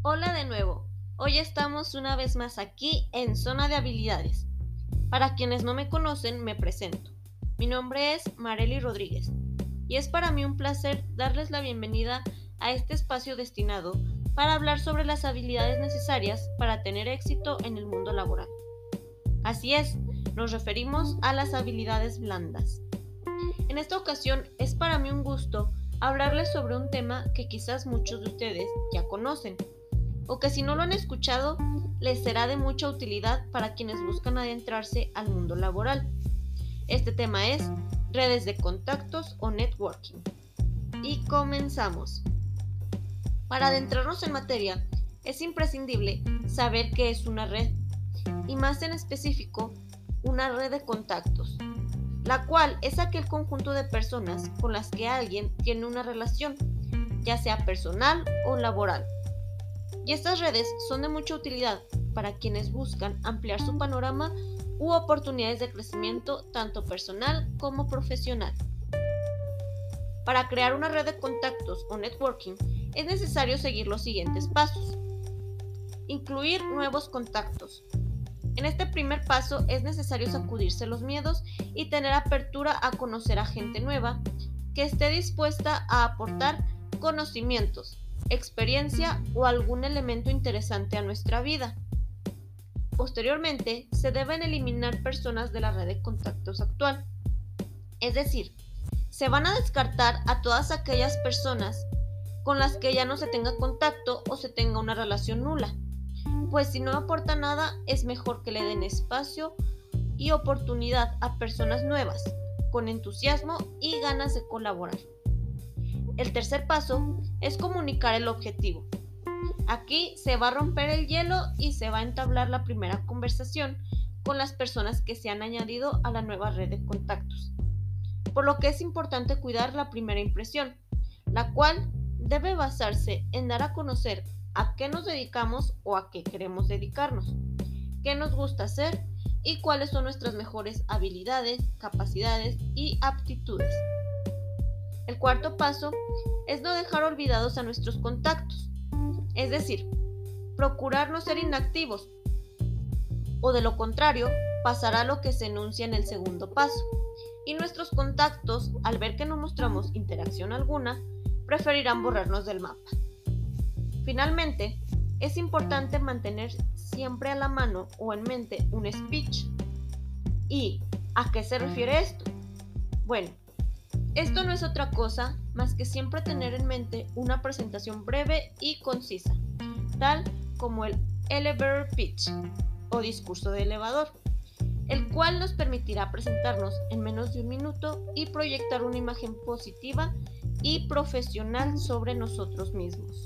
Hola de nuevo. Hoy estamos una vez más aquí en Zona de Habilidades. Para quienes no me conocen, me presento. Mi nombre es Marely Rodríguez y es para mí un placer darles la bienvenida a este espacio destinado para hablar sobre las habilidades necesarias para tener éxito en el mundo laboral. Así es, nos referimos a las habilidades blandas. En esta ocasión es para mí un gusto hablarles sobre un tema que quizás muchos de ustedes ya conocen, o que si no lo han escuchado, les será de mucha utilidad para quienes buscan adentrarse al mundo laboral. Este tema es redes de contactos o networking. Y comenzamos. Para adentrarnos en materia, es imprescindible saber qué es una red, y más en específico, una red de contactos, la cual es aquel conjunto de personas con las que alguien tiene una relación, ya sea personal o laboral. Y estas redes son de mucha utilidad para quienes buscan ampliar su panorama u oportunidades de crecimiento tanto personal como profesional. Para crear una red de contactos o networking es necesario seguir los siguientes pasos. Incluir nuevos contactos. En este primer paso es necesario sacudirse los miedos y tener apertura a conocer a gente nueva que esté dispuesta a aportar conocimientos, experiencia o algún elemento interesante a nuestra vida. Posteriormente, se deben eliminar personas de la red de contactos actual. Es decir, se van a descartar a todas aquellas personas con las que ya no se tenga contacto o se tenga una relación nula, pues si no aporta nada es mejor que le den espacio y oportunidad a personas nuevas, con entusiasmo y ganas de colaborar. El tercer paso es comunicar el objetivo. Aquí se va a romper el hielo y se va a entablar la primera conversación con las personas que se han añadido a la nueva red de contactos. Por lo que es importante cuidar la primera impresión, la cual debe basarse en dar a conocer a qué nos dedicamos o a qué queremos dedicarnos, qué nos gusta hacer y cuáles son nuestras mejores habilidades, capacidades y aptitudes. El cuarto paso es no dejar olvidados a nuestros contactos, es decir, procurar no ser inactivos, o de lo contrario, pasará lo que se enuncia en el segundo paso, y nuestros contactos, al ver que no mostramos interacción alguna, preferirán borrarnos del mapa. Finalmente, es importante mantener siempre a la mano o en mente un speech. ¿Y a qué se refiere esto? Bueno, esto no es otra cosa más que siempre tener en mente una presentación breve y concisa, tal como el elevator pitch o discurso de elevador, el cual nos permitirá presentarnos en menos de un minuto y proyectar una imagen positiva y profesional sobre nosotros mismos.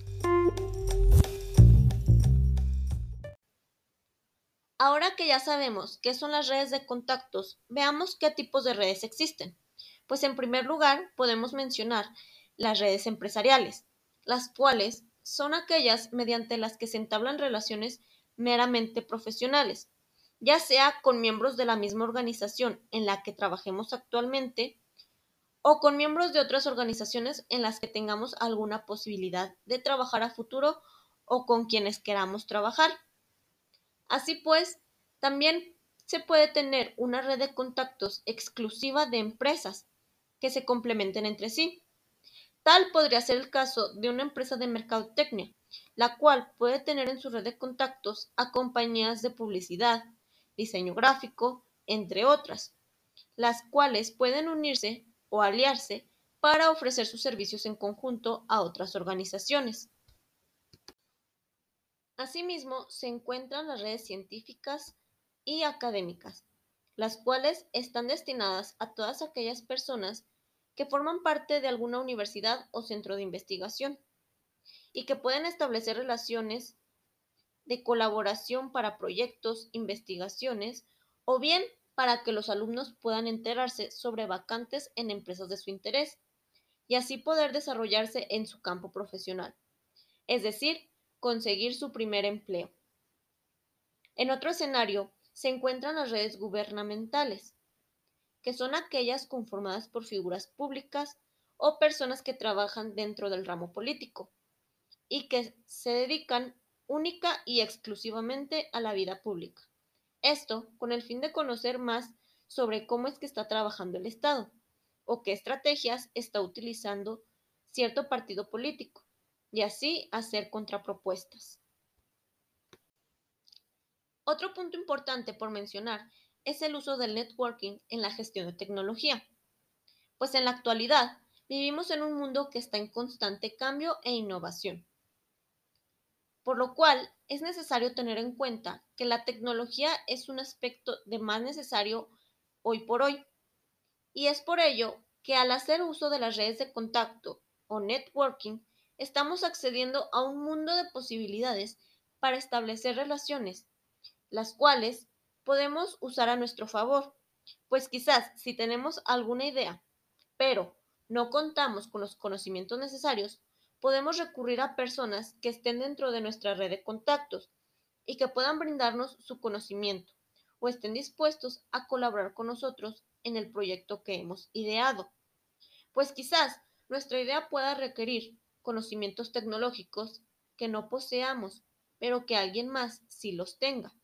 Ahora que ya sabemos qué son las redes de contactos, veamos qué tipos de redes existen. Pues en primer lugar podemos mencionar las redes empresariales, las cuales son aquellas mediante las que se entablan relaciones meramente profesionales, ya sea con miembros de la misma organización en la que trabajemos actualmente o con miembros de otras organizaciones en las que tengamos alguna posibilidad de trabajar a futuro o con quienes queramos trabajar. Así pues, también se puede tener una red de contactos exclusiva de empresas que se complementen entre sí. Tal podría ser el caso de una empresa de mercadotecnia, la cual puede tener en su red de contactos a compañías de publicidad, diseño gráfico, entre otras, las cuales pueden unirse o aliarse para ofrecer sus servicios en conjunto a otras organizaciones. Asimismo, se encuentran las redes científicas y académicas, las cuales están destinadas a todas aquellas personas que forman parte de alguna universidad o centro de investigación y que pueden establecer relaciones de colaboración para proyectos, investigaciones o bien para que los alumnos puedan enterarse sobre vacantes en empresas de su interés y así poder desarrollarse en su campo profesional, es decir, conseguir su primer empleo. En otro escenario se encuentran las redes gubernamentales, que son aquellas conformadas por figuras públicas o personas que trabajan dentro del ramo político, y que se dedican única y exclusivamente a la vida pública. Esto con el fin de conocer más sobre cómo es que está trabajando el Estado o qué estrategias está utilizando cierto partido político y así hacer contrapropuestas. Otro punto importante por mencionar es el uso del networking en la gestión de tecnología, pues en la actualidad vivimos en un mundo que está en constante cambio e innovación, por lo cual es necesario tener en cuenta que la tecnología es un aspecto de más necesario hoy por hoy, y es por ello que al hacer uso de las redes de contacto o networking, estamos accediendo a un mundo de posibilidades para establecer relaciones, las cuales podemos usar a nuestro favor, pues quizás si tenemos alguna idea, pero no contamos con los conocimientos necesarios, podemos recurrir a personas que estén dentro de nuestra red de contactos y que puedan brindarnos su conocimiento o estén dispuestos a colaborar con nosotros en el proyecto que hemos ideado. Pues quizás nuestra idea pueda requerir conocimientos tecnológicos que no poseamos, pero que alguien más sí los tenga.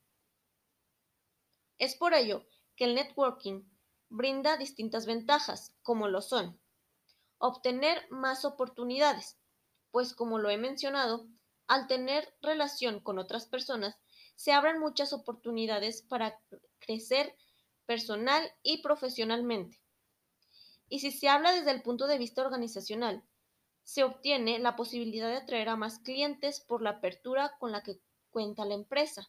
Es por ello que el networking brinda distintas ventajas, como lo son obtener más oportunidades, pues como lo he mencionado, al tener relación con otras personas, se abren muchas oportunidades para crecer personal y profesionalmente. Y si se habla desde el punto de vista organizacional, se obtiene la posibilidad de atraer a más clientes por la apertura con la que cuenta la empresa.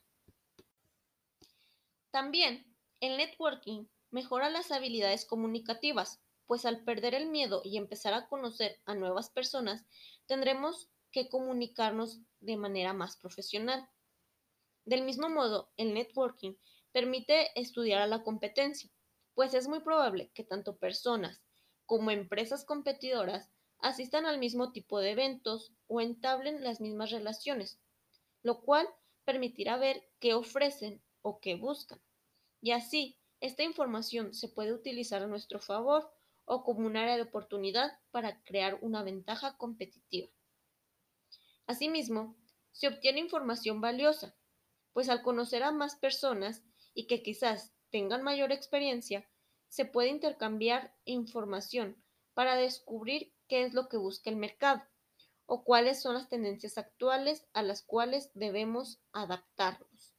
También, el networking mejora las habilidades comunicativas, pues al perder el miedo y empezar a conocer a nuevas personas, tendremos que comunicarnos de manera más profesional. Del mismo modo, el networking permite estudiar a la competencia, pues es muy probable que tanto personas como empresas competidoras asistan al mismo tipo de eventos o entablen las mismas relaciones, lo cual permitirá ver qué ofrecen o qué buscan. Y así, esta información se puede utilizar a nuestro favor o como un área de oportunidad para crear una ventaja competitiva. Asimismo, se obtiene información valiosa, pues al conocer a más personas y que quizás tengan mayor experiencia, se puede intercambiar información para descubrir qué es lo que busca el mercado o cuáles son las tendencias actuales a las cuales debemos adaptarnos.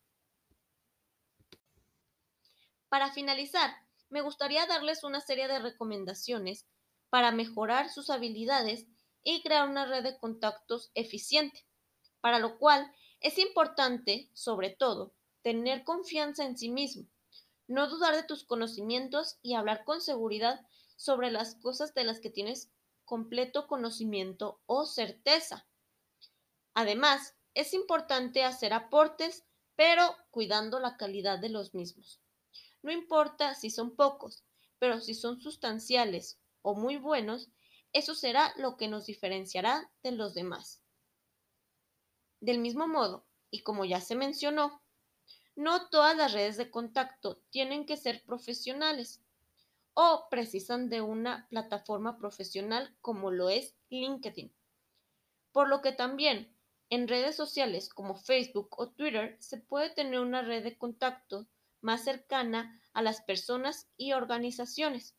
Para finalizar, me gustaría darles una serie de recomendaciones para mejorar sus habilidades y crear una red de contactos eficiente, para lo cual es importante, sobre todo, tener confianza en sí mismo, no dudar de tus conocimientos y hablar con seguridad sobre las cosas de las que tienes completo conocimiento o certeza. Además, es importante hacer aportes, pero cuidando la calidad de los mismos. No importa si son pocos, pero si son sustanciales o muy buenos, eso será lo que nos diferenciará de los demás. Del mismo modo, y como ya se mencionó, no todas las redes de contacto tienen que ser profesionales o precisan de una plataforma profesional como lo es LinkedIn, por lo que también en redes sociales como Facebook o Twitter se puede tener una red de contacto más cercana a las personas y organizaciones.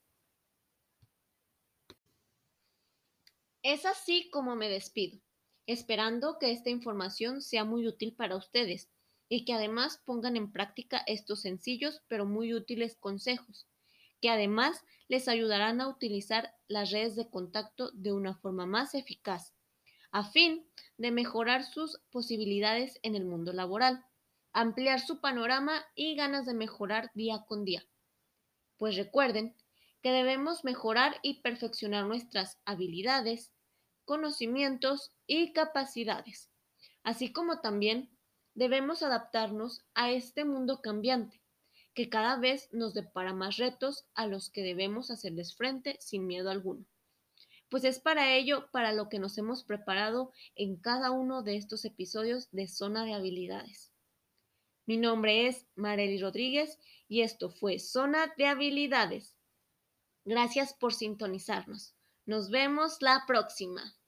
Es así como me despido, esperando que esta información sea muy útil para ustedes y que además pongan en práctica estos sencillos pero muy útiles consejos, que además les ayudarán a utilizar las redes de contacto de una forma más eficaz, a fin de mejorar sus posibilidades en el mundo laboral, ampliar su panorama y ganas de mejorar día con día. Pues recuerden que debemos mejorar y perfeccionar nuestras habilidades, conocimientos y capacidades, así como también debemos adaptarnos a este mundo cambiante, que cada vez nos depara más retos a los que debemos hacerles frente sin miedo alguno. Pues es para ello para lo que nos hemos preparado en cada uno de estos episodios de Zona de Habilidades. Mi nombre es Marely Rodríguez y esto fue Zona de Habilidades. Gracias por sintonizarnos. Nos vemos la próxima.